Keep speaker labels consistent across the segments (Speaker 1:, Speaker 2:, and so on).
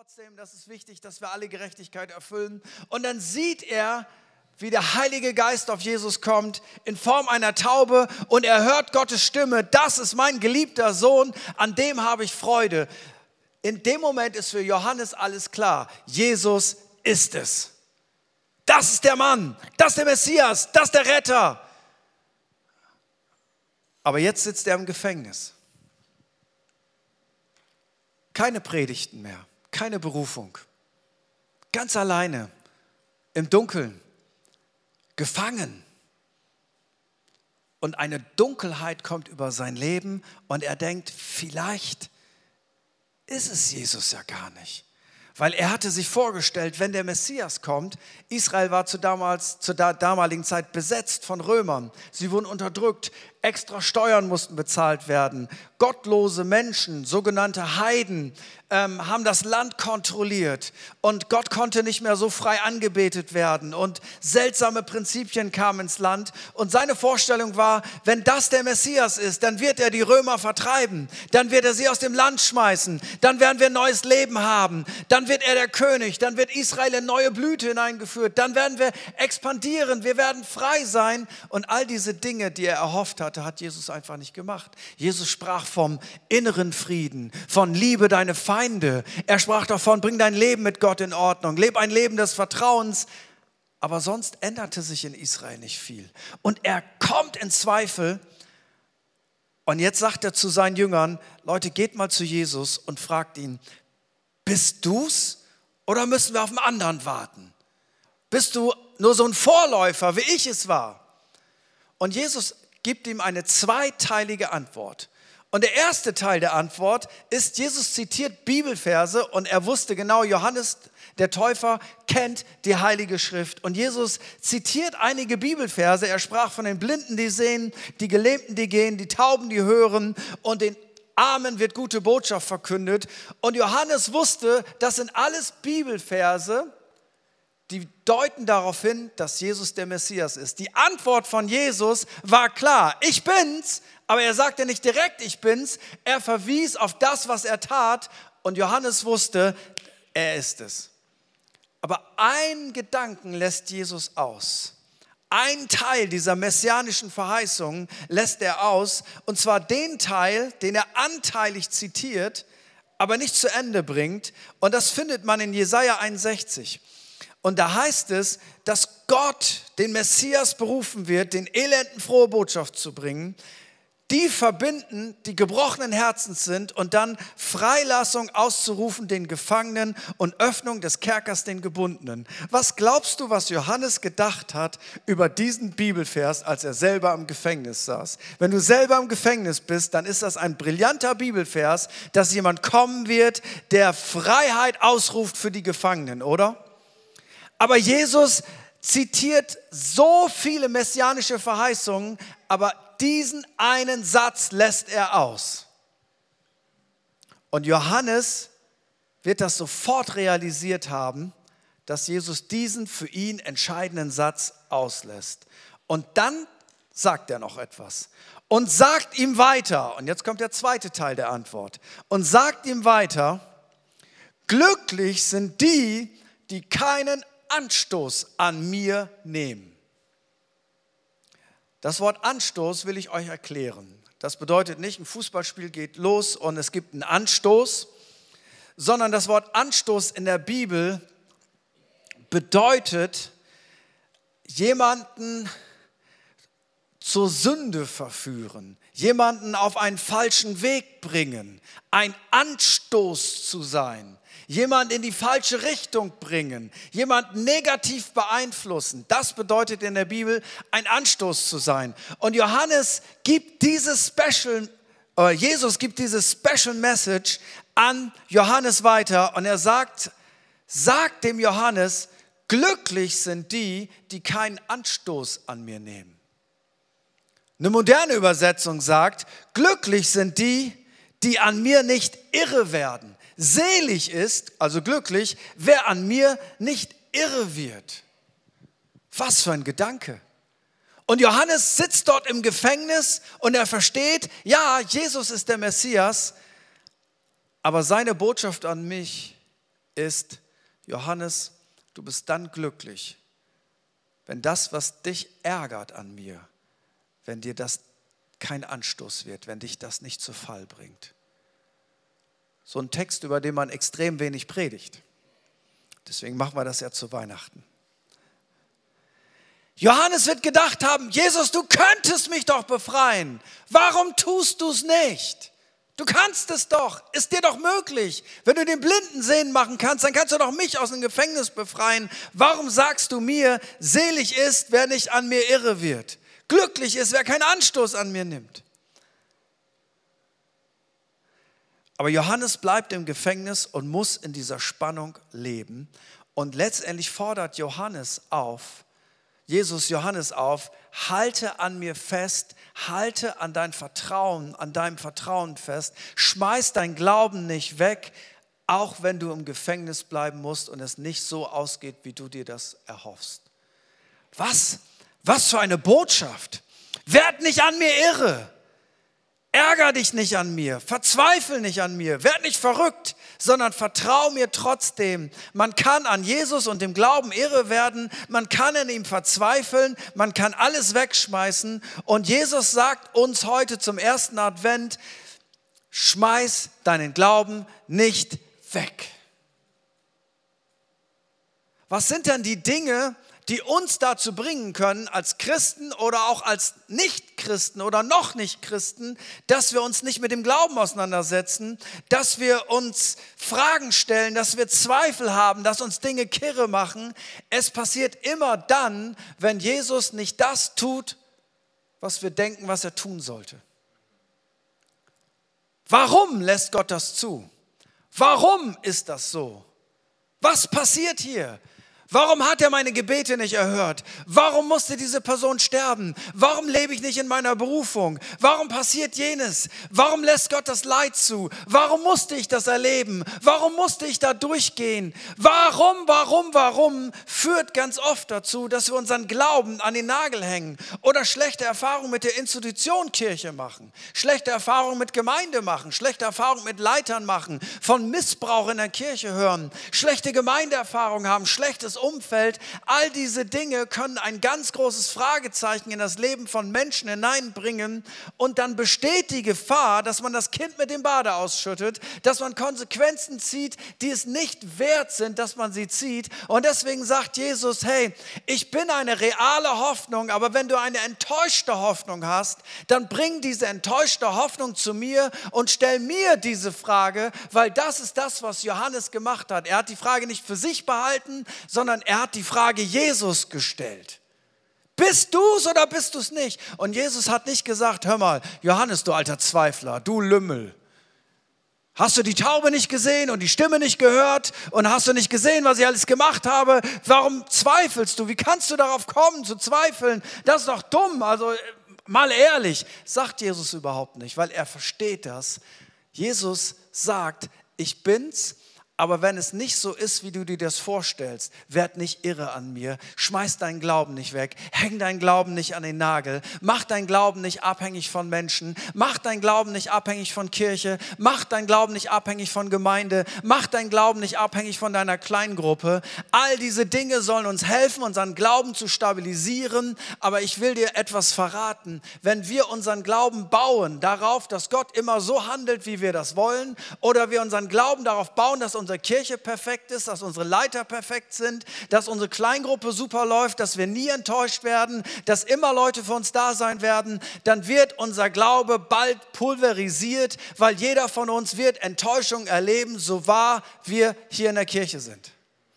Speaker 1: trotzdem, das ist wichtig, dass wir alle Gerechtigkeit erfüllen. Und dann sieht er, wie der Heilige Geist auf Jesus kommt, in Form einer Taube, und er hört Gottes Stimme. Das ist mein geliebter Sohn, an dem habe ich Freude. In dem Moment ist für Johannes alles klar. Jesus ist es. Das ist der Mann, das ist der Messias, das ist der Retter. Aber jetzt sitzt er im Gefängnis. Keine Predigten mehr, keine Berufung. Ganz alleine, im Dunkeln, gefangen. Und eine Dunkelheit kommt über sein Leben und er denkt, vielleicht ist es Jesus ja gar nicht. Weil er hatte sich vorgestellt, wenn der Messias kommt, Israel war zur damaligen Zeit besetzt von Römern. Sie wurden unterdrückt, extra Steuern mussten bezahlt werden. Gottlose Menschen, sogenannte Heiden, haben das Land kontrolliert. Und Gott konnte nicht mehr so frei angebetet werden. Und seltsame Prinzipien kamen ins Land. Und seine Vorstellung war, wenn das der Messias ist, dann wird er die Römer vertreiben. Dann wird er sie aus dem Land schmeißen. Dann werden wir ein neues Leben haben. Dann wird er der König. Dann wird Israel in neue Blüte hineingeführt. Dann werden wir expandieren. Wir werden frei sein. Und all diese Dinge, die er erhofft hatte, hat Jesus einfach nicht gemacht. Jesus sprach vom inneren Frieden, von Liebe deine Feinde. Er sprach davon, bring dein Leben mit Gott in Ordnung, leb ein Leben des Vertrauens. Aber sonst änderte sich in Israel nicht viel. Und er kommt in Zweifel. Und jetzt sagt er zu seinen Jüngern, Leute, geht mal zu Jesus und fragt ihn, bist du's oder müssen wir auf einen anderen warten? Bist du nur so ein Vorläufer, wie ich es war? Und Jesus gibt ihm eine zweiteilige Antwort. Und der erste Teil der Antwort ist, Jesus zitiert Bibelverse und er wusste genau, Johannes der Täufer kennt die Heilige Schrift. Und Jesus zitiert einige Bibelverse. Er sprach von den Blinden, die sehen, die Gelähmten, die gehen, die Tauben, die hören, und den Armen wird gute Botschaft verkündet. Und Johannes wusste, das sind alles Bibelverse, die deuten darauf hin, dass Jesus der Messias ist. Die Antwort von Jesus war klar, ich bin's, aber er sagte nicht direkt, ich bin's. Er verwies auf das, was er tat, und Johannes wusste, er ist es. Aber einen Gedanken lässt Jesus aus. Ein Teil dieser messianischen Verheißung lässt er aus, und zwar den Teil, den er anteilig zitiert, aber nicht zu Ende bringt. Und das findet man in Jesaja 61. Und da heißt es, dass Gott den Messias berufen wird, den Elenden frohe Botschaft zu bringen, die verbinden, die gebrochenen Herzens sind, und dann Freilassung auszurufen den Gefangenen und Öffnung des Kerkers den Gebundenen. Was glaubst du, was Johannes gedacht hat über diesen Bibelvers, als er selber im Gefängnis saß? Wenn du selber im Gefängnis bist, dann ist das ein brillanter Bibelvers, dass jemand kommen wird, der Freiheit ausruft für die Gefangenen, oder? Aber Jesus zitiert so viele messianische Verheißungen, aber diesen einen Satz lässt er aus. Und Johannes wird das sofort realisiert haben, dass Jesus diesen für ihn entscheidenden Satz auslässt. Und dann sagt er noch etwas und sagt ihm weiter, und jetzt kommt der zweite Teil der Antwort, und sagt ihm weiter, glücklich sind die, die keinen Anstoß an mir nehmen. Das Wort Anstoß will ich euch erklären. Das bedeutet nicht, ein Fußballspiel geht los und es gibt einen Anstoß, sondern das Wort Anstoß in der Bibel bedeutet, jemanden zur Sünde verführen, jemanden auf einen falschen Weg bringen, ein Anstoß zu sein. Jemand in die falsche Richtung bringen, jemanden negativ beeinflussen. Das bedeutet in der Bibel, ein Anstoß zu sein. Und Jesus gibt diese Special Message an Johannes weiter, und er sagt dem Johannes, glücklich sind die, die keinen Anstoß an mir nehmen. Eine moderne Übersetzung sagt, glücklich sind die, die an mir nicht irre werden. Selig ist, also glücklich, wer an mir nicht irre wird. Was für ein Gedanke. Und Johannes sitzt dort im Gefängnis und er versteht, ja, Jesus ist der Messias, aber seine Botschaft an mich ist, Johannes, du bist dann glücklich, wenn das, was dich ärgert an mir, wenn dir das kein Anstoß wird, wenn dich das nicht zu Fall bringt. So ein Text, über den man extrem wenig predigt. Deswegen machen wir das ja zu Weihnachten. Johannes wird gedacht haben, Jesus, du könntest mich doch befreien. Warum tust du es nicht? Du kannst es doch, ist dir doch möglich. Wenn du den Blinden sehen machen kannst, dann kannst du doch mich aus dem Gefängnis befreien. Warum sagst du mir, selig ist, wer nicht an mir irre wird? Glücklich ist, wer keinen Anstoß an mir nimmt. Aber Johannes bleibt im Gefängnis und muss in dieser Spannung leben. Und letztendlich fordert Jesus Johannes auf, halte an mir fest, halte an deinem Vertrauen fest, schmeiß dein Glauben nicht weg, auch wenn du im Gefängnis bleiben musst und es nicht so ausgeht, wie du dir das erhoffst. Was für eine Botschaft! Werd nicht an mir irre! Ärger dich nicht an mir, verzweifle nicht an mir, werd nicht verrückt, sondern vertrau mir trotzdem. Man kann an Jesus und dem Glauben irre werden, man kann in ihm verzweifeln, man kann alles wegschmeißen. Und Jesus sagt uns heute zum ersten Advent, schmeiß deinen Glauben nicht weg. Was sind denn die Dinge, die uns dazu bringen können, als Christen oder auch als Nicht-Christen oder noch Nicht-Christen, dass wir uns nicht mit dem Glauben auseinandersetzen, dass wir uns Fragen stellen, dass wir Zweifel haben, dass uns Dinge kirre machen. Es passiert immer dann, wenn Jesus nicht das tut, was wir denken, was er tun sollte. Warum lässt Gott das zu? Warum ist das so? Was passiert hier? Warum hat er meine Gebete nicht erhört? Warum musste diese Person sterben? Warum lebe ich nicht in meiner Berufung? Warum passiert jenes? Warum lässt Gott das Leid zu? Warum musste ich das erleben? Warum musste ich da durchgehen? Warum führt ganz oft dazu, dass wir unseren Glauben an den Nagel hängen oder schlechte Erfahrungen mit der Institution Kirche machen, schlechte Erfahrungen mit Gemeinde machen, schlechte Erfahrungen mit Leitern machen, von Missbrauch in der Kirche hören, schlechte Gemeindeerfahrungen haben, schlechtes Umfeld. All diese Dinge können ein ganz großes Fragezeichen in das Leben von Menschen hineinbringen und dann besteht die Gefahr, dass man das Kind mit dem Bade ausschüttet, dass man Konsequenzen zieht, die es nicht wert sind, dass man sie zieht. Und deswegen sagt Jesus, hey, ich bin eine reale Hoffnung, aber wenn du eine enttäuschte Hoffnung hast, dann bring diese enttäuschte Hoffnung zu mir und stell mir diese Frage, weil das ist das, was Johannes gemacht hat. Er hat die Frage nicht für sich behalten, sondern er hat die Frage Jesus gestellt. Bist du es oder bist du es nicht? Und Jesus hat nicht gesagt, hör mal, Johannes, du alter Zweifler, du Lümmel. Hast du die Taube nicht gesehen und die Stimme nicht gehört und hast du nicht gesehen, was ich alles gemacht habe? Warum zweifelst du? Wie kannst du darauf kommen zu zweifeln? Das ist doch dumm. Also mal ehrlich, sagt Jesus überhaupt nicht, weil er versteht das. Jesus sagt, ich bin's. Aber wenn es nicht so ist, wie du dir das vorstellst, werd nicht irre an mir, schmeiß deinen Glauben nicht weg, häng deinen Glauben nicht an den Nagel, mach deinen Glauben nicht abhängig von Menschen, mach deinen Glauben nicht abhängig von Kirche, mach deinen Glauben nicht abhängig von Gemeinde, mach deinen Glauben nicht abhängig von deiner Kleingruppe. All diese Dinge sollen uns helfen, unseren Glauben zu stabilisieren, aber ich will dir etwas verraten. Wenn wir unseren Glauben bauen darauf, dass Gott immer so handelt, wie wir das wollen, oder wir unseren Glauben darauf bauen, dass unsere Kirche perfekt ist, dass unsere Leiter perfekt sind, dass unsere Kleingruppe super läuft, dass wir nie enttäuscht werden, dass immer Leute für uns da sein werden, dann wird unser Glaube bald pulverisiert, weil jeder von uns wird Enttäuschung erleben, so wahr wir hier in der Kirche sind.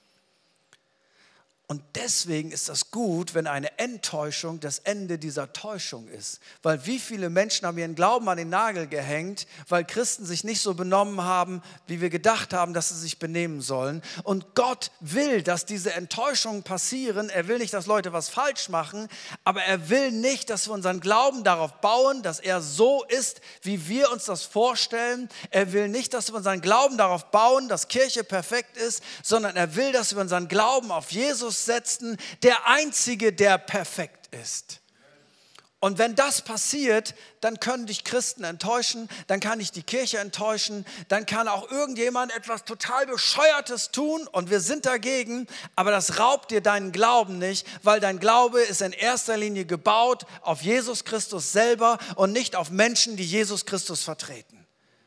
Speaker 1: Und deswegen ist das gut, wenn eine Enttäuschung das Ende dieser Täuschung ist. Weil wie viele Menschen haben ihren Glauben an den Nagel gehängt, weil Christen sich nicht so benommen haben, wie wir gedacht haben, dass sie sich benehmen sollen. Und Gott will, dass diese Enttäuschungen passieren. Er will nicht, dass Leute was falsch machen, aber er will nicht, dass wir unseren Glauben darauf bauen, dass er so ist, wie wir uns das vorstellen. Er will nicht, dass wir unseren Glauben darauf bauen, dass Kirche perfekt ist, sondern er will, dass wir unseren Glauben auf Jesus setzen, der Einzige, der perfekt ist. Und wenn das passiert, dann können dich Christen enttäuschen, dann kann dich die Kirche enttäuschen, dann kann auch irgendjemand etwas total Bescheuertes tun und wir sind dagegen, aber das raubt dir deinen Glauben nicht, weil dein Glaube ist in erster Linie gebaut auf Jesus Christus selber und nicht auf Menschen, die Jesus Christus vertreten.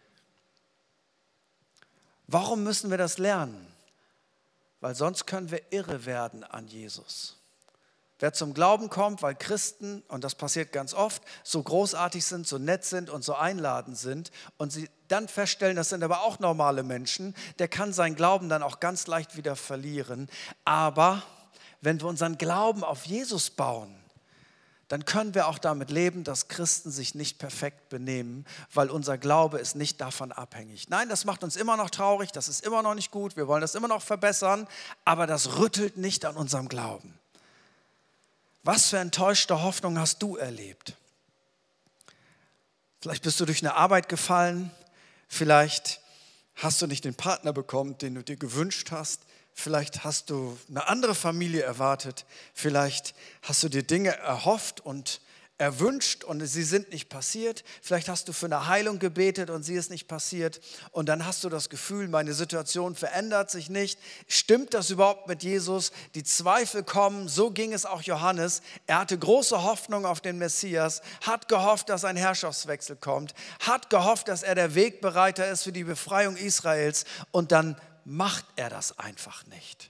Speaker 1: Warum müssen wir das lernen? Weil sonst können wir irre werden an Jesus. Wer zum Glauben kommt, weil Christen, und das passiert ganz oft, so großartig sind, so nett sind und so einladend sind und sie dann feststellen, das sind aber auch normale Menschen, der kann seinen Glauben dann auch ganz leicht wieder verlieren. Aber wenn wir unseren Glauben auf Jesus bauen, dann können wir auch damit leben, dass Christen sich nicht perfekt benehmen, weil unser Glaube ist nicht davon abhängig. Nein, das macht uns immer noch traurig, das ist immer noch nicht gut, wir wollen das immer noch verbessern, aber das rüttelt nicht an unserem Glauben. Was für enttäuschte Hoffnung hast du erlebt? Vielleicht bist du durch eine Arbeit gefallen, vielleicht hast du nicht den Partner bekommen, den du dir gewünscht hast, vielleicht hast du eine andere Familie erwartet, vielleicht hast du dir Dinge erhofft und erwünscht und sie sind nicht passiert. Vielleicht hast du für eine Heilung gebetet und sie ist nicht passiert. Und dann hast du das Gefühl, meine Situation verändert sich nicht. Stimmt das überhaupt mit Jesus? Die Zweifel kommen, so ging es auch Johannes. Er hatte große Hoffnung auf den Messias, hat gehofft, dass ein Herrschaftswechsel kommt, hat gehofft, dass er der Wegbereiter ist für die Befreiung Israels und dann macht er das einfach nicht.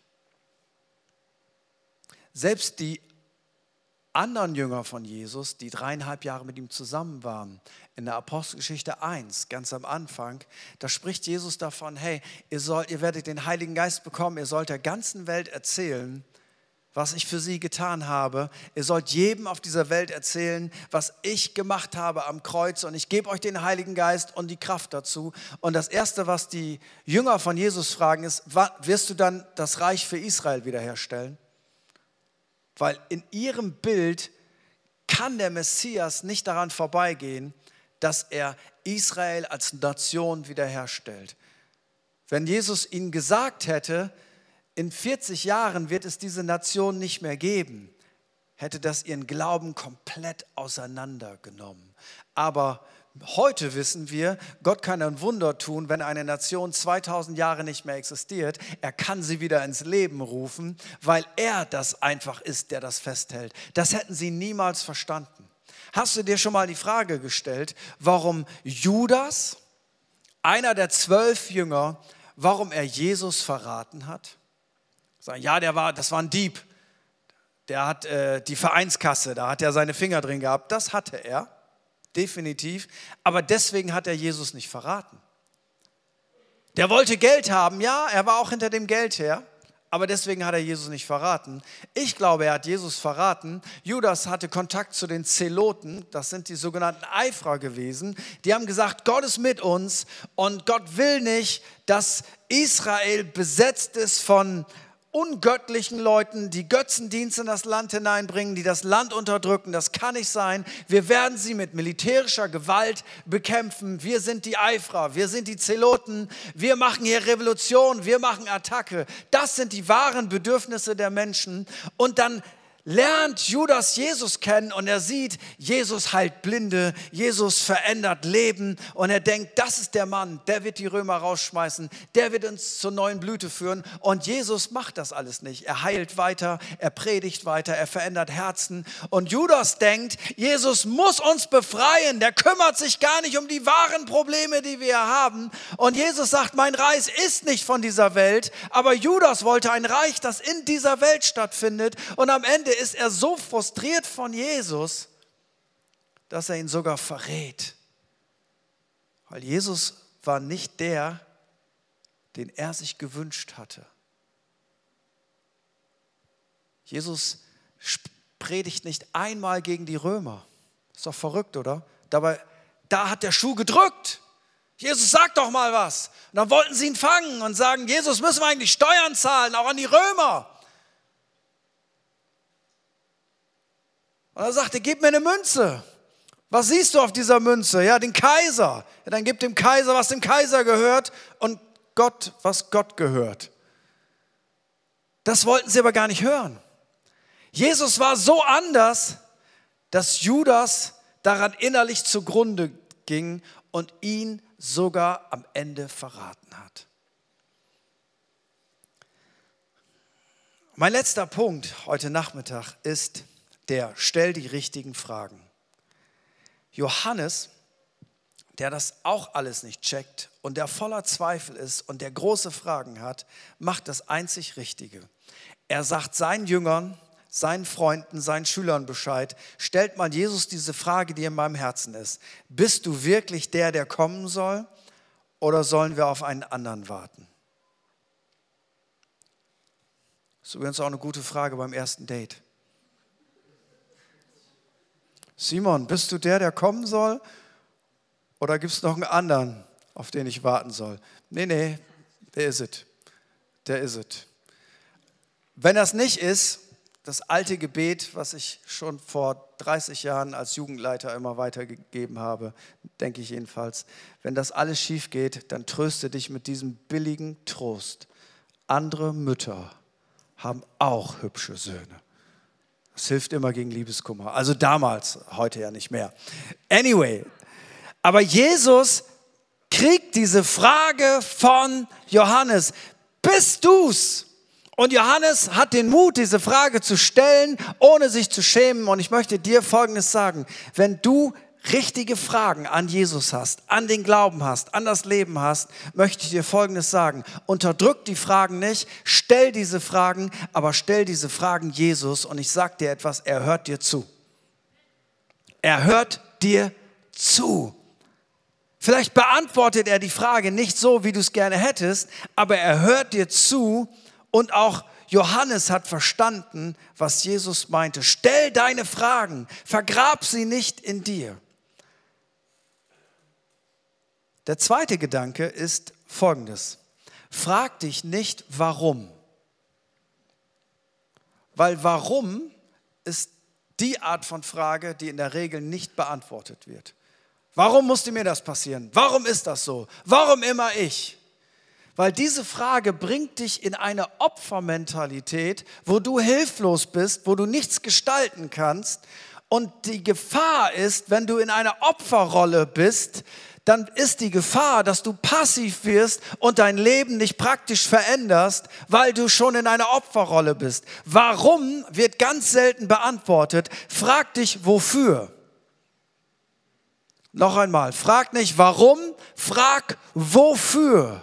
Speaker 1: Selbst die anderen Jünger von Jesus, die 3,5 Jahre mit ihm zusammen waren, in der Apostelgeschichte 1, ganz am Anfang, da spricht Jesus davon, hey, ihr werdet den Heiligen Geist bekommen, ihr sollt der ganzen Welt erzählen, was ich für sie getan habe. Ihr sollt jedem auf dieser Welt erzählen, was ich gemacht habe am Kreuz und ich gebe euch den Heiligen Geist und die Kraft dazu. Und das Erste, was die Jünger von Jesus fragen, ist, wirst du dann das Reich für Israel wiederherstellen? Weil in ihrem Bild kann der Messias nicht daran vorbeigehen, dass er Israel als Nation wiederherstellt. Wenn Jesus ihnen gesagt hätte, in 40 Jahren wird es diese Nation nicht mehr geben, hätte das ihren Glauben komplett auseinandergenommen. Aber heute wissen wir, Gott kann ein Wunder tun, wenn eine Nation 2000 Jahre nicht mehr existiert. Er kann sie wieder ins Leben rufen, weil er das einfach ist, der das festhält. Das hätten sie niemals verstanden. Hast du dir schon mal die Frage gestellt, warum Judas, einer der 12 Jünger, warum er Jesus verraten hat? Sagen, ja, das war ein Dieb. Der hat die Vereinskasse, da hat er seine Finger drin gehabt. Das hatte er. Definitiv, aber deswegen hat er Jesus nicht verraten. Der wollte Geld haben, ja, er war auch hinter dem Geld her, aber deswegen hat er Jesus nicht verraten. Ich glaube, er hat Jesus verraten. Judas hatte Kontakt zu den Zeloten, das sind die sogenannten Eiferer gewesen. Die haben gesagt, Gott ist mit uns und Gott will nicht, dass Israel besetzt ist von ungöttlichen Leuten, die Götzendienst in das Land hineinbringen, die das Land unterdrücken. Das kann nicht sein. Wir werden sie mit militärischer Gewalt bekämpfen. Wir sind die Eiferer, wir sind die Zeloten, wir machen hier Revolution, wir machen Attacke. Das sind die wahren Bedürfnisse der Menschen. Und dann lernt Judas Jesus kennen und er sieht, Jesus heilt Blinde, Jesus verändert Leben und er denkt, das ist der Mann, der wird die Römer rausschmeißen, der wird uns zur neuen Blüte führen und Jesus macht das alles nicht. Er heilt weiter, er predigt weiter, er verändert Herzen und Judas denkt, Jesus muss uns befreien, der kümmert sich gar nicht um die wahren Probleme, die wir haben und Jesus sagt, mein Reich ist nicht von dieser Welt, aber Judas wollte ein Reich, das in dieser Welt stattfindet und am Ende ist er so frustriert von Jesus, dass er ihn sogar verrät. Weil Jesus war nicht der, den er sich gewünscht hatte. Jesus predigt nicht einmal gegen die Römer. Ist doch verrückt, oder? Dabei, da hat der Schuh gedrückt. Jesus, sag doch mal was. Und dann wollten sie ihn fangen und sagen, Jesus, müssen wir eigentlich Steuern zahlen, auch an die Römer? Und er sagte, gib mir eine Münze. Was siehst du auf dieser Münze? Ja, den Kaiser. Ja, dann gib dem Kaiser, was dem Kaiser gehört und Gott, was Gott gehört. Das wollten sie aber gar nicht hören. Jesus war so anders, dass Judas daran innerlich zugrunde ging und ihn sogar am Ende verraten hat. Mein letzter Punkt heute Nachmittag ist der Stell die richtigen Fragen. Johannes, der das auch alles nicht checkt und der voller Zweifel ist und der große Fragen hat, macht das einzig Richtige. Er sagt seinen Jüngern, seinen Freunden, seinen Schülern Bescheid, stellt mal Jesus diese Frage, die in meinem Herzen ist. Bist du wirklich der kommen soll, oder sollen wir auf einen anderen warten? Das ist übrigens auch eine gute Frage beim ersten Date. Simon, bist du der kommen soll, oder gibt es noch einen anderen, auf den ich warten soll? Nee, der ist es. Der ist es. Wenn das nicht ist, das alte Gebet, was ich schon vor 30 Jahren als Jugendleiter immer weitergegeben habe, denke ich jedenfalls, wenn das alles schief geht, dann tröste dich mit diesem billigen Trost. Andere Mütter haben auch hübsche Söhne. Das hilft immer gegen Liebeskummer. Also damals, heute ja nicht mehr. Anyway, aber Jesus kriegt diese Frage von Johannes. Bist du's? Und Johannes hat den Mut, diese Frage zu stellen, ohne sich zu schämen. Und ich möchte dir Folgendes sagen. Wenn du richtige Fragen an Jesus hast, an den Glauben hast, an das Leben hast, möchte ich dir Folgendes sagen. Unterdrück die Fragen nicht, stell diese Fragen, aber stell diese Fragen Jesus. Und ich sage dir etwas, er hört dir zu. Er hört dir zu. Vielleicht beantwortet er die Frage nicht so, wie du es gerne hättest, aber er hört dir zu. Und auch Johannes hat verstanden, was Jesus meinte. Stell deine Fragen, vergrab sie nicht in dir. Der zweite Gedanke ist folgendes. Frag dich nicht, warum. Weil warum ist die Art von Frage, die in der Regel nicht beantwortet wird. Warum musste mir das passieren? Warum ist das so? Warum immer ich? Weil diese Frage bringt dich in eine Opfermentalität, wo du hilflos bist, wo du nichts gestalten kannst. Und die Gefahr ist, wenn du in einer Opferrolle bist, dann ist die Gefahr, dass du passiv wirst und dein Leben nicht praktisch veränderst, weil du schon in einer Opferrolle bist. Warum wird ganz selten beantwortet. Frag dich, wofür. Noch einmal, frag nicht warum, frag wofür.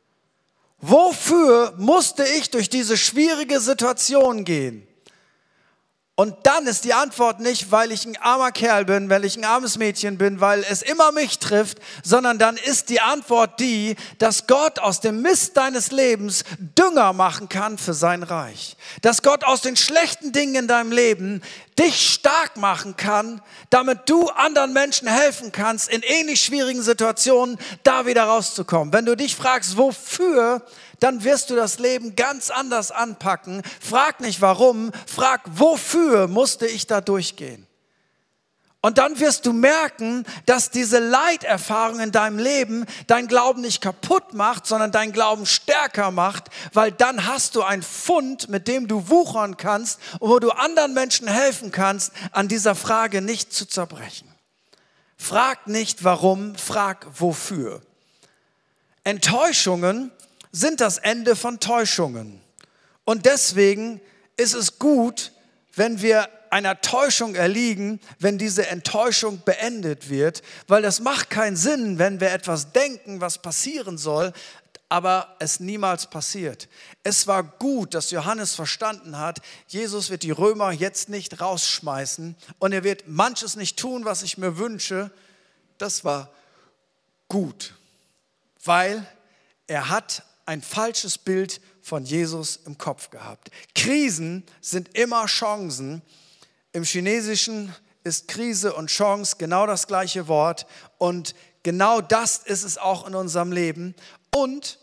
Speaker 1: Wofür musste ich durch diese schwierige Situation gehen? Und dann ist die Antwort nicht, weil ich ein armer Kerl bin, weil ich ein armes Mädchen bin, weil es immer mich trifft, sondern dann ist die Antwort die, dass Gott aus dem Mist deines Lebens Dünger machen kann für sein Reich. Dass Gott aus den schlechten Dingen in deinem Leben dich stark machen kann, damit du anderen Menschen helfen kannst, in ähnlich schwierigen Situationen da wieder rauszukommen. Wenn du dich fragst, wofür, dann wirst du das Leben ganz anders anpacken. Frag nicht warum, frag wofür musste ich da durchgehen. Und dann wirst du merken, dass diese Leiterfahrung in deinem Leben dein Glauben nicht kaputt macht, sondern dein Glauben stärker macht, weil dann hast du ein Pfund, mit dem du wuchern kannst und wo du anderen Menschen helfen kannst, an dieser Frage nicht zu zerbrechen. Frag nicht warum, frag wofür. Enttäuschungen sind das Ende von Täuschungen. Und deswegen ist es gut, wenn wir einer Täuschung erliegen, wenn diese Enttäuschung beendet wird, weil das macht keinen Sinn, wenn wir etwas denken, was passieren soll, aber es niemals passiert. Es war gut, dass Johannes verstanden hat, Jesus wird die Römer jetzt nicht rausschmeißen und er wird manches nicht tun, was ich mir wünsche. Das war gut, weil er hat ein falsches Bild von Jesus im Kopf gehabt. Krisen sind immer Chancen. Im Chinesischen ist Krise und Chance genau das gleiche Wort. Und genau das ist es auch in unserem Leben. Und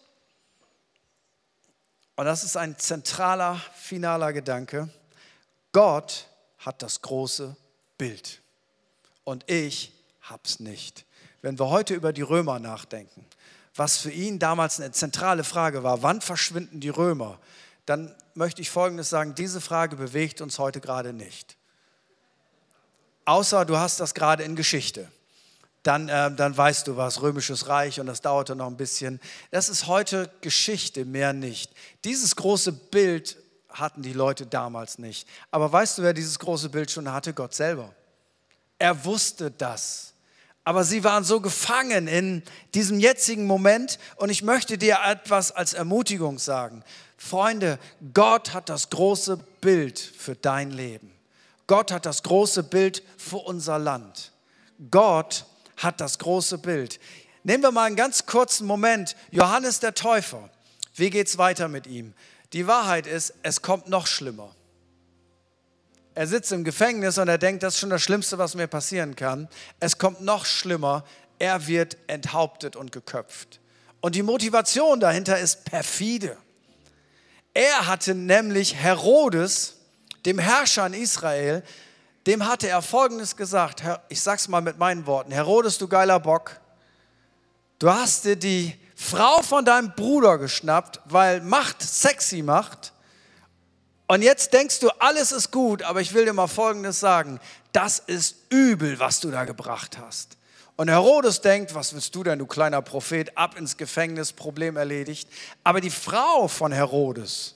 Speaker 1: das ist ein zentraler, finaler Gedanke, Gott hat das große Bild. Und ich hab's nicht. Wenn wir heute über die Römer nachdenken, was für ihn damals eine zentrale Frage war, wann verschwinden die Römer, dann möchte ich Folgendes sagen, diese Frage bewegt uns heute gerade nicht. außer du hast das gerade in Geschichte. Dann weißt du was, Römisches Reich und das dauerte noch ein bisschen. Das ist heute Geschichte, mehr nicht. Dieses große Bild hatten die Leute damals nicht. Aber weißt du, wer dieses große Bild schon hatte? Gott selber. Er wusste das. Aber sie waren so gefangen in diesem jetzigen Moment und ich möchte dir etwas als Ermutigung sagen. Freunde, Gott hat das große Bild für dein Leben. Gott hat das große Bild für unser Land. Gott hat das große Bild. Nehmen wir mal einen ganz kurzen Moment. Johannes der Täufer. Wie geht es weiter mit ihm? Die Wahrheit ist, es kommt noch schlimmer. Er sitzt im Gefängnis und er denkt, das ist schon das Schlimmste, was mir passieren kann. Es kommt noch schlimmer. Er wird enthauptet und geköpft. Und die Motivation dahinter ist perfide. Er hatte nämlich Herodes, dem Herrscher in Israel, dem hatte er Folgendes gesagt. Ich sag's mal mit meinen Worten. Herodes, du geiler Bock, du hast dir die Frau von deinem Bruder geschnappt, weil Macht sexy macht. Und jetzt denkst du, alles ist gut, aber ich will dir mal Folgendes sagen. Das ist übel, was du da gebracht hast. Und Herodes denkt, was willst du denn, du kleiner Prophet, ab ins Gefängnis, Problem erledigt. Aber die Frau von Herodes,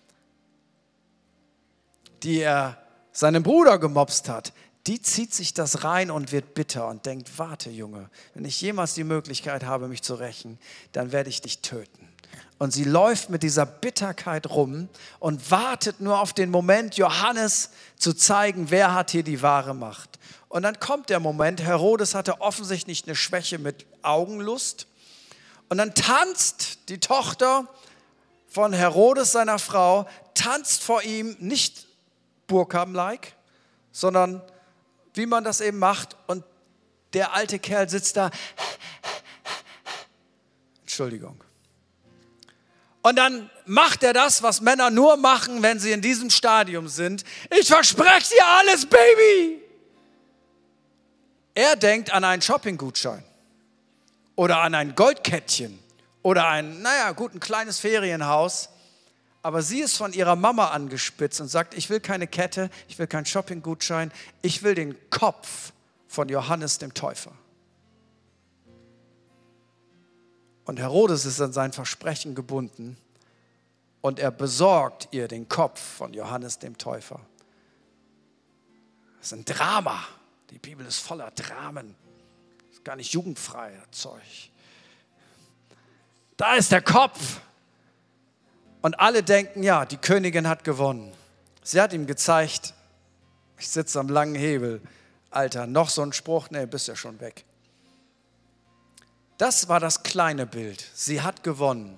Speaker 1: die er seinen Bruder gemobst hat, die zieht sich das rein und wird bitter und denkt, warte Junge, wenn ich jemals die Möglichkeit habe, mich zu rächen, dann werde ich dich töten. Und sie läuft mit dieser Bitterkeit rum und wartet nur auf den Moment, Johannes zu zeigen, wer hat hier die wahre Macht. Und dann kommt der Moment, Herodes hatte offensichtlich eine Schwäche mit Augenlust. Und dann tanzt die Tochter von Herodes, seiner Frau, tanzt vor ihm, nicht Burka-like, sondern wie man das eben macht. Und der alte Kerl sitzt da. Entschuldigung. Und dann macht er das, was Männer nur machen, wenn sie in diesem Stadium sind. Ich verspreche dir alles, Baby. Er denkt an einen Shoppinggutschein oder an ein Goldkettchen oder ein kleines Ferienhaus. Aber sie ist von ihrer Mama angespitzt und sagt, ich will keine Kette, ich will keinen Shoppinggutschein, ich will den Kopf von Johannes dem Täufer. Und Herodes ist an sein Versprechen gebunden und er besorgt ihr den Kopf von Johannes dem Täufer. Das ist ein Drama. Die Bibel ist voller Dramen. Das ist gar nicht jugendfrei, das Zeug. Da ist der Kopf. Und alle denken, ja, die Königin hat gewonnen. Sie hat ihm gezeigt, ich sitze am langen Hebel. Alter, noch so ein Spruch, nee, bist ja schon weg. Das war das kleine Bild. Sie hat gewonnen.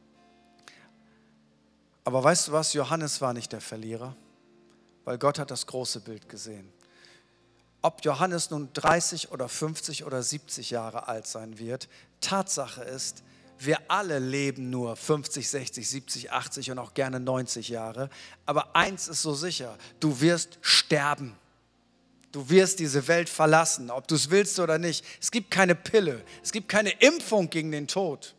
Speaker 1: Aber weißt du was? Johannes war nicht der Verlierer, weil Gott hat das große Bild gesehen. Ob Johannes nun 30 oder 50 oder 70 Jahre alt sein wird, Tatsache ist, wir alle leben nur 50, 60, 70, 80 und auch gerne 90 Jahre. Aber eins ist so sicher, du wirst sterben. Du wirst diese Welt verlassen, ob du es willst oder nicht. Es gibt keine Pille, es gibt keine Impfung gegen den Tod.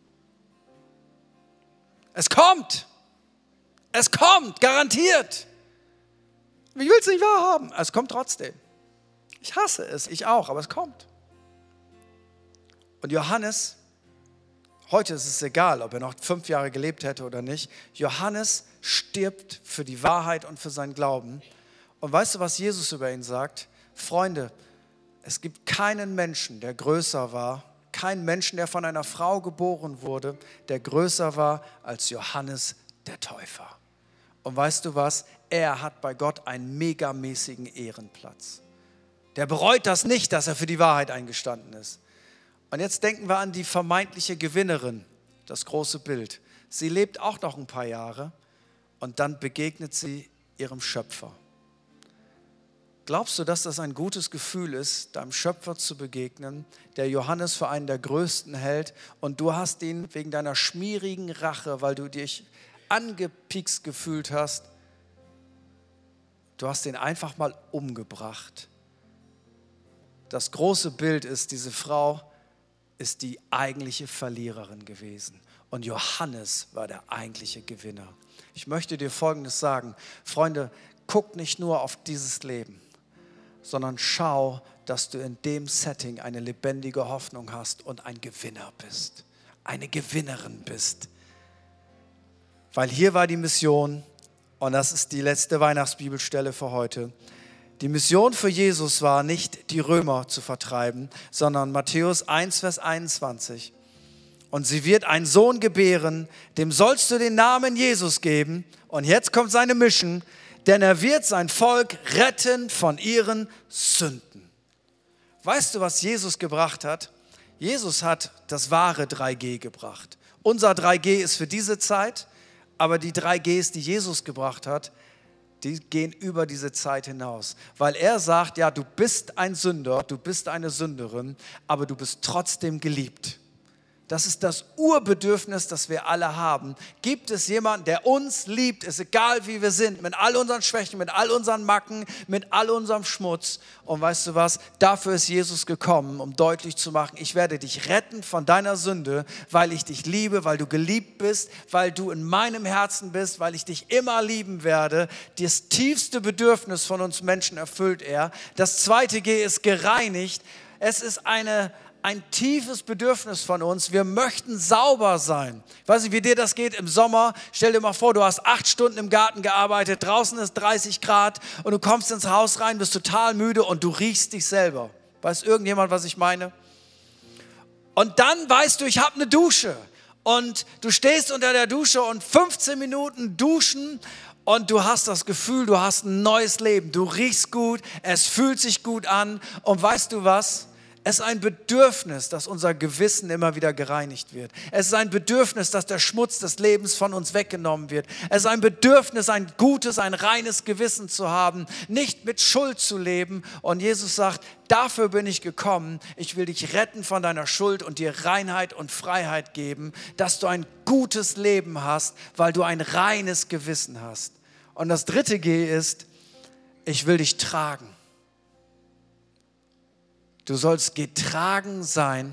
Speaker 1: Es kommt, garantiert. Ich will es nicht wahrhaben, es kommt trotzdem. Ich hasse es, ich auch, aber es kommt. Und Johannes, heute ist es egal, ob er noch 5 Jahre gelebt hätte oder nicht, Johannes stirbt für die Wahrheit und für seinen Glauben. Und weißt du, was Jesus über ihn sagt? Freunde, es gibt keinen Menschen, der größer war, keinen Menschen, der von einer Frau geboren wurde, der größer war als Johannes der Täufer. Und weißt du was? Er hat bei Gott einen megamäßigen Ehrenplatz. Der bereut das nicht, dass er für die Wahrheit eingestanden ist. Und jetzt denken wir an die vermeintliche Gewinnerin, das große Bild. Sie lebt auch noch ein paar Jahre und dann begegnet sie ihrem Schöpfer. Glaubst du, dass das ein gutes Gefühl ist, deinem Schöpfer zu begegnen, der Johannes für einen der größten hält und du hast ihn wegen deiner schmierigen Rache, weil du dich angepiekst gefühlt hast, du hast ihn einfach mal umgebracht. Das große Bild ist, diese Frau ist die eigentliche Verliererin gewesen und Johannes war der eigentliche Gewinner. Ich möchte dir Folgendes sagen, Freunde, guck nicht nur auf dieses Leben, sondern schau, dass du in dem Setting eine lebendige Hoffnung hast und ein Gewinner bist, eine Gewinnerin bist. Weil hier war die Mission, und das ist die letzte Weihnachtsbibelstelle für heute. Die Mission für Jesus war nicht, die Römer zu vertreiben, sondern Matthäus 1, Vers 21. Und sie wird einen Sohn gebären, dem sollst du den Namen Jesus geben. Und jetzt kommt seine Mission, denn er wird sein Volk retten von ihren Sünden. Weißt du, was Jesus gebracht hat? Jesus hat das wahre 3G gebracht. Unser 3G ist für diese Zeit, aber die 3Gs, die Jesus gebracht hat, die gehen über diese Zeit hinaus. Weil er sagt, ja, du bist ein Sünder, du bist eine Sünderin, aber du bist trotzdem geliebt. Das ist das Urbedürfnis, das wir alle haben. Gibt es jemanden, der uns liebt, ist egal wie wir sind, mit all unseren Schwächen, mit all unseren Macken, mit all unserem Schmutz. Und weißt du was, dafür ist Jesus gekommen, um deutlich zu machen, ich werde dich retten von deiner Sünde, weil ich dich liebe, weil du geliebt bist, weil du in meinem Herzen bist, weil ich dich immer lieben werde. Das tiefste Bedürfnis von uns Menschen erfüllt er. Das zweite G ist gereinigt. Es ist ein tiefes Bedürfnis von uns. Wir möchten sauber sein. Ich weiß nicht, wie dir das geht im Sommer. Stell dir mal vor, du hast 8 Stunden im Garten gearbeitet, draußen ist 30 Grad und du kommst ins Haus rein, bist total müde und du riechst dich selber. Weiß irgendjemand, was ich meine? Und dann weißt du, ich habe eine Dusche. Und du stehst unter der Dusche und 15 Minuten duschen und du hast das Gefühl, du hast ein neues Leben. Du riechst gut, es fühlt sich gut an und weißt du was? Es ist ein Bedürfnis, dass unser Gewissen immer wieder gereinigt wird. Es ist ein Bedürfnis, dass der Schmutz des Lebens von uns weggenommen wird. Es ist ein Bedürfnis, ein gutes, ein reines Gewissen zu haben, nicht mit Schuld zu leben. Und Jesus sagt, dafür bin ich gekommen. Ich will dich retten von deiner Schuld und dir Reinheit und Freiheit geben, dass du ein gutes Leben hast, weil du ein reines Gewissen hast. Und das dritte G ist, ich will dich tragen. Du sollst getragen sein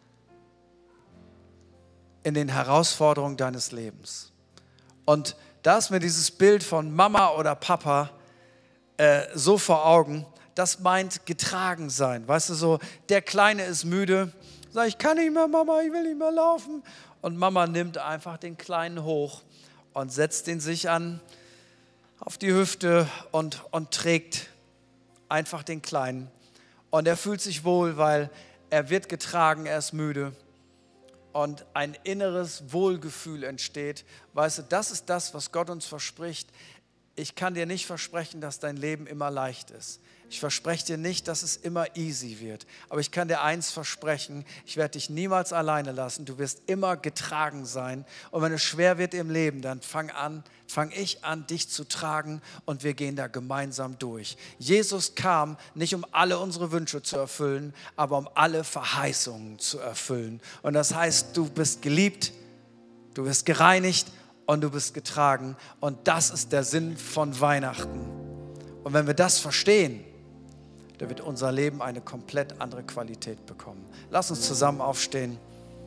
Speaker 1: in den Herausforderungen deines Lebens. Und da ist mir dieses Bild von Mama oder Papa so vor Augen, das meint getragen sein. Weißt du so, der Kleine ist müde, sagt, ich kann nicht mehr, Mama, ich will nicht mehr laufen. Und Mama nimmt einfach den Kleinen hoch und setzt ihn sich auf die Hüfte und trägt einfach den Kleinen. Und er fühlt sich wohl, weil er wird getragen, er ist müde. Und ein inneres Wohlgefühl entsteht. Weißt du, das ist das, was Gott uns verspricht. Ich kann dir nicht versprechen, dass dein Leben immer leicht ist. Ich verspreche dir nicht, dass es immer easy wird. Aber ich kann dir eins versprechen, ich werde dich niemals alleine lassen. Du wirst immer getragen sein. Und wenn es schwer wird im Leben, dann fang ich an, dich zu tragen und wir gehen da gemeinsam durch. Jesus kam nicht, um alle unsere Wünsche zu erfüllen, aber um alle Verheißungen zu erfüllen. Und das heißt, du bist geliebt, du wirst gereinigt und du bist getragen. Und das ist der Sinn von Weihnachten. Und wenn wir das verstehen, dann wird unser Leben eine komplett andere Qualität bekommen. Lass uns zusammen aufstehen.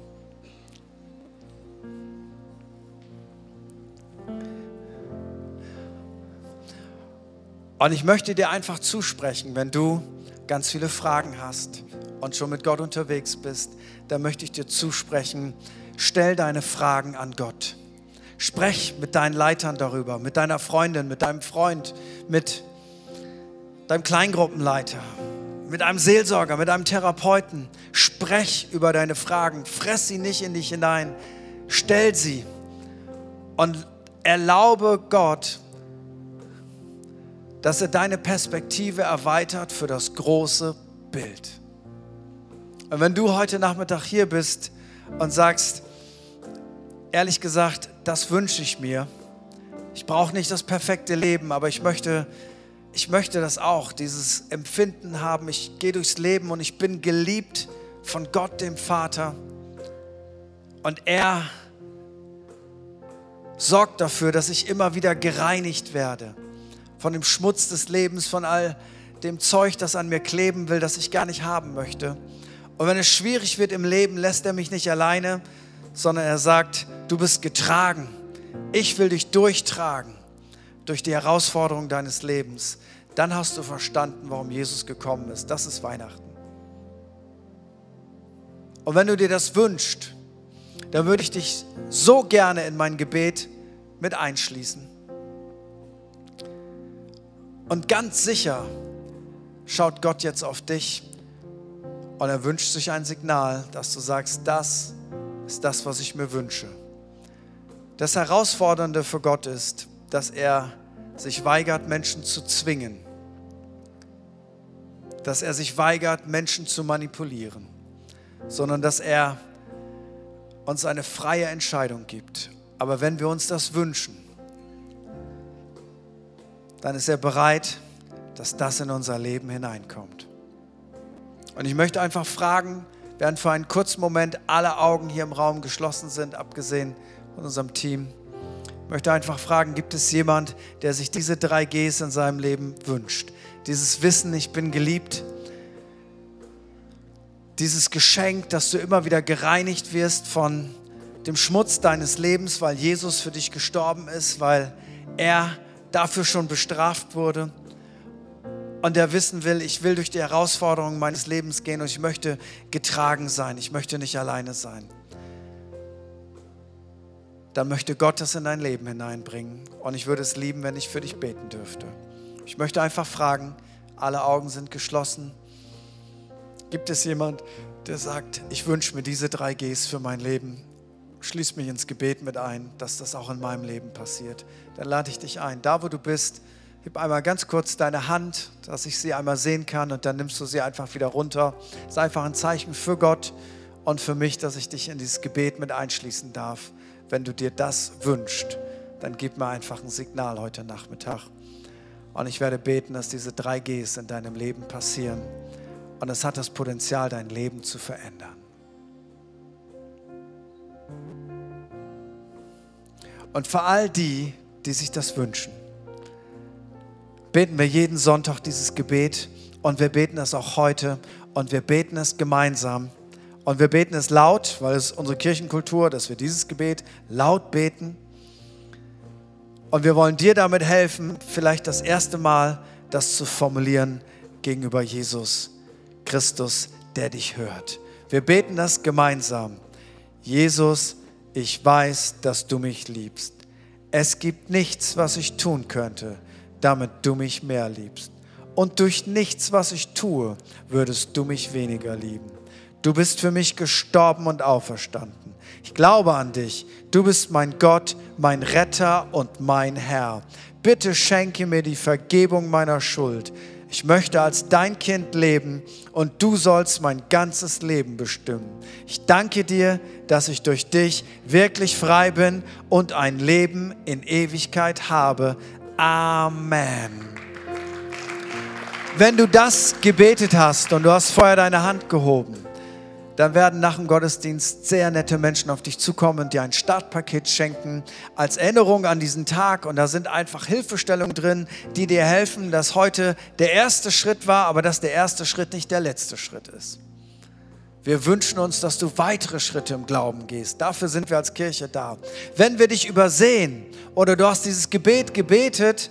Speaker 1: Und ich möchte dir einfach zusprechen, wenn du ganz viele Fragen hast und schon mit Gott unterwegs bist, dann möchte ich dir zusprechen, stell deine Fragen an Gott. Sprech mit deinen Leitern darüber, mit deiner Freundin, mit deinem Freund, mit deinem Kleingruppenleiter, mit einem Seelsorger, mit einem Therapeuten. Sprech über deine Fragen, fress sie nicht in dich hinein, stell sie und erlaube Gott, dass er deine Perspektive erweitert für das große Bild. Und wenn du heute Nachmittag hier bist und sagst, ehrlich gesagt, das wünsche ich mir. Ich brauche nicht das perfekte Leben, aber ich möchte das auch, dieses Empfinden haben. Ich gehe durchs Leben und ich bin geliebt von Gott, dem Vater. Und er sorgt dafür, dass ich immer wieder gereinigt werde von dem Schmutz des Lebens, von all dem Zeug, das an mir kleben will, das ich gar nicht haben möchte. Und wenn es schwierig wird im Leben, lässt er mich nicht alleine, sondern er sagt, du bist getragen. Ich will dich durchtragen durch die Herausforderung deines Lebens. dann hast du verstanden, warum Jesus gekommen ist. Das ist Weihnachten. Und wenn du dir das wünschst, dann würde ich dich so gerne in mein Gebet mit einschließen. Und ganz sicher schaut Gott jetzt auf dich und er wünscht sich ein Signal, dass du sagst, das ist das, was ich mir wünsche. Das Herausfordernde für Gott ist, dass er sich weigert, Menschen zu zwingen. Dass er sich weigert, Menschen zu manipulieren. Sondern dass er uns eine freie Entscheidung gibt. Aber wenn wir uns das wünschen, dann ist er bereit, dass das in unser Leben hineinkommt. Und ich möchte einfach fragen, während für einen kurzen Moment alle Augen hier im Raum geschlossen sind, abgesehen von unserem Team, ich möchte einfach fragen, gibt es jemand, der sich diese 3 Gs in seinem Leben wünscht? Dieses Wissen, ich bin geliebt, dieses Geschenk, dass du immer wieder gereinigt wirst von dem Schmutz deines Lebens, weil Jesus für dich gestorben ist, weil er dafür schon bestraft wurde und der wissen will, ich will durch die Herausforderungen meines Lebens gehen und ich möchte getragen sein, ich möchte nicht alleine sein. Dann möchte Gott das in dein Leben hineinbringen und ich würde es lieben, wenn ich für dich beten dürfte. Ich möchte einfach fragen, alle Augen sind geschlossen. Gibt es jemand, der sagt, ich wünsche mir diese 3 Gs für mein Leben? Schließ mich ins Gebet mit ein, dass das auch in meinem Leben passiert. Dann lade ich dich ein. Da, wo du bist, heb einmal ganz kurz deine Hand, dass ich sie einmal sehen kann und dann nimmst du sie einfach wieder runter. Das ist einfach ein Zeichen für Gott und für mich, dass ich dich in dieses Gebet mit einschließen darf. Wenn du dir das wünschst, dann gib mir einfach ein Signal heute Nachmittag. Und ich werde beten, dass diese 3 Gs in deinem Leben passieren. Und es hat das Potenzial, dein Leben zu verändern. Und für all die, die sich das wünschen, beten wir jeden Sonntag dieses Gebet und wir beten es auch heute und wir beten es gemeinsam. Und wir beten es laut, weil es unsere Kirchenkultur, dass wir dieses Gebet laut beten. Und wir wollen dir damit helfen, vielleicht das erste Mal das zu formulieren gegenüber Jesus Christus, der dich hört. Wir beten das gemeinsam. Jesus, ich weiß, dass du mich liebst. Es gibt nichts, was ich tun könnte, damit du mich mehr liebst. Und durch nichts, was ich tue, würdest du mich weniger lieben. Du bist für mich gestorben und auferstanden. Ich glaube an dich. Du bist mein Gott, mein Retter und mein Herr. Bitte schenke mir die Vergebung meiner Schuld. Ich möchte als dein Kind leben und du sollst mein ganzes Leben bestimmen. Ich danke dir, dass ich durch dich wirklich frei bin und ein Leben in Ewigkeit habe. Amen. Wenn du das gebetet hast und du hast vorher deine Hand gehoben, dann werden nach dem Gottesdienst sehr nette Menschen auf dich zukommen und dir ein Startpaket schenken als Erinnerung an diesen Tag. Und da sind einfach Hilfestellungen drin, die dir helfen, dass heute der erste Schritt war, aber dass der erste Schritt nicht der letzte Schritt ist. Wir wünschen uns, dass du weitere Schritte im Glauben gehst. Dafür sind wir als Kirche da. Wenn wir dich übersehen oder du hast dieses Gebet gebetet,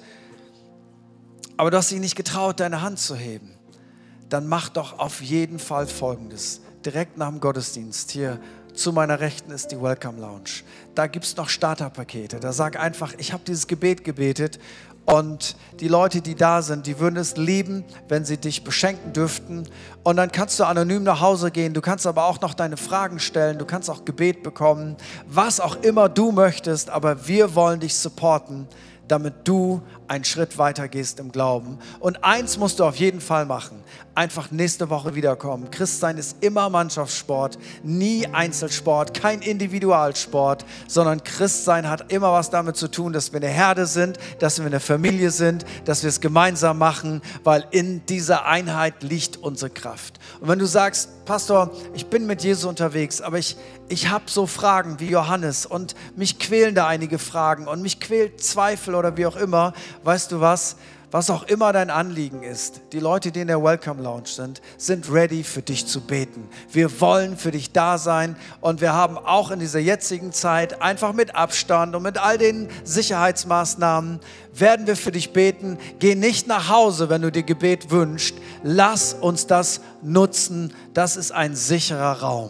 Speaker 1: aber du hast dich nicht getraut, deine Hand zu heben, dann mach doch auf jeden Fall Folgendes. Direkt nach dem Gottesdienst hier zu meiner Rechten ist die Welcome Lounge. Da gibt es noch Starterpakete. Da sag einfach, ich habe dieses Gebet gebetet und die Leute, die da sind, die würden es lieben, wenn sie dich beschenken dürften. Und dann kannst du anonym nach Hause gehen. Du kannst aber auch noch deine Fragen stellen. Du kannst auch Gebet bekommen. Was auch immer du möchtest, aber wir wollen dich supporten, damit du einen Schritt weiter gehst im Glauben. Und eins musst du auf jeden Fall machen. Einfach nächste Woche wiederkommen. Christsein ist immer Mannschaftssport, nie Einzelsport, kein Individualsport, sondern Christsein hat immer was damit zu tun, dass wir eine Herde sind, dass wir eine Familie sind, dass wir es gemeinsam machen, weil in dieser Einheit liegt unsere Kraft. Und wenn du sagst, Pastor, ich bin mit Jesus unterwegs, aber ich habe so Fragen wie Johannes und mich quälen da einige Fragen und mich quält Zweifel oder wie auch immer, weißt du was? was auch immer dein Anliegen ist, die Leute, die in der Welcome Lounge sind ready für dich zu beten. Wir wollen für dich da sein und wir haben auch in dieser jetzigen Zeit einfach mit Abstand und mit all den Sicherheitsmaßnahmen werden wir für dich beten. Geh nicht nach Hause, wenn du dir Gebet wünschst. Lass uns das nutzen. Das ist ein sicherer Raum.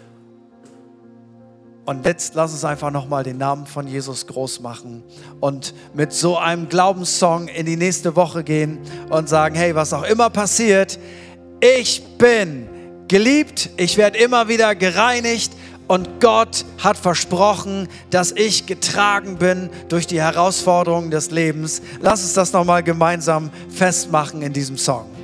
Speaker 1: Und jetzt lass uns einfach nochmal den Namen von Jesus groß machen und mit so einem Glaubenssong in die nächste Woche gehen und sagen, hey, was auch immer passiert, ich bin geliebt, ich werde immer wieder gereinigt und Gott hat versprochen, dass ich getragen bin durch die Herausforderungen des Lebens. Lass uns das nochmal gemeinsam festmachen in diesem Song.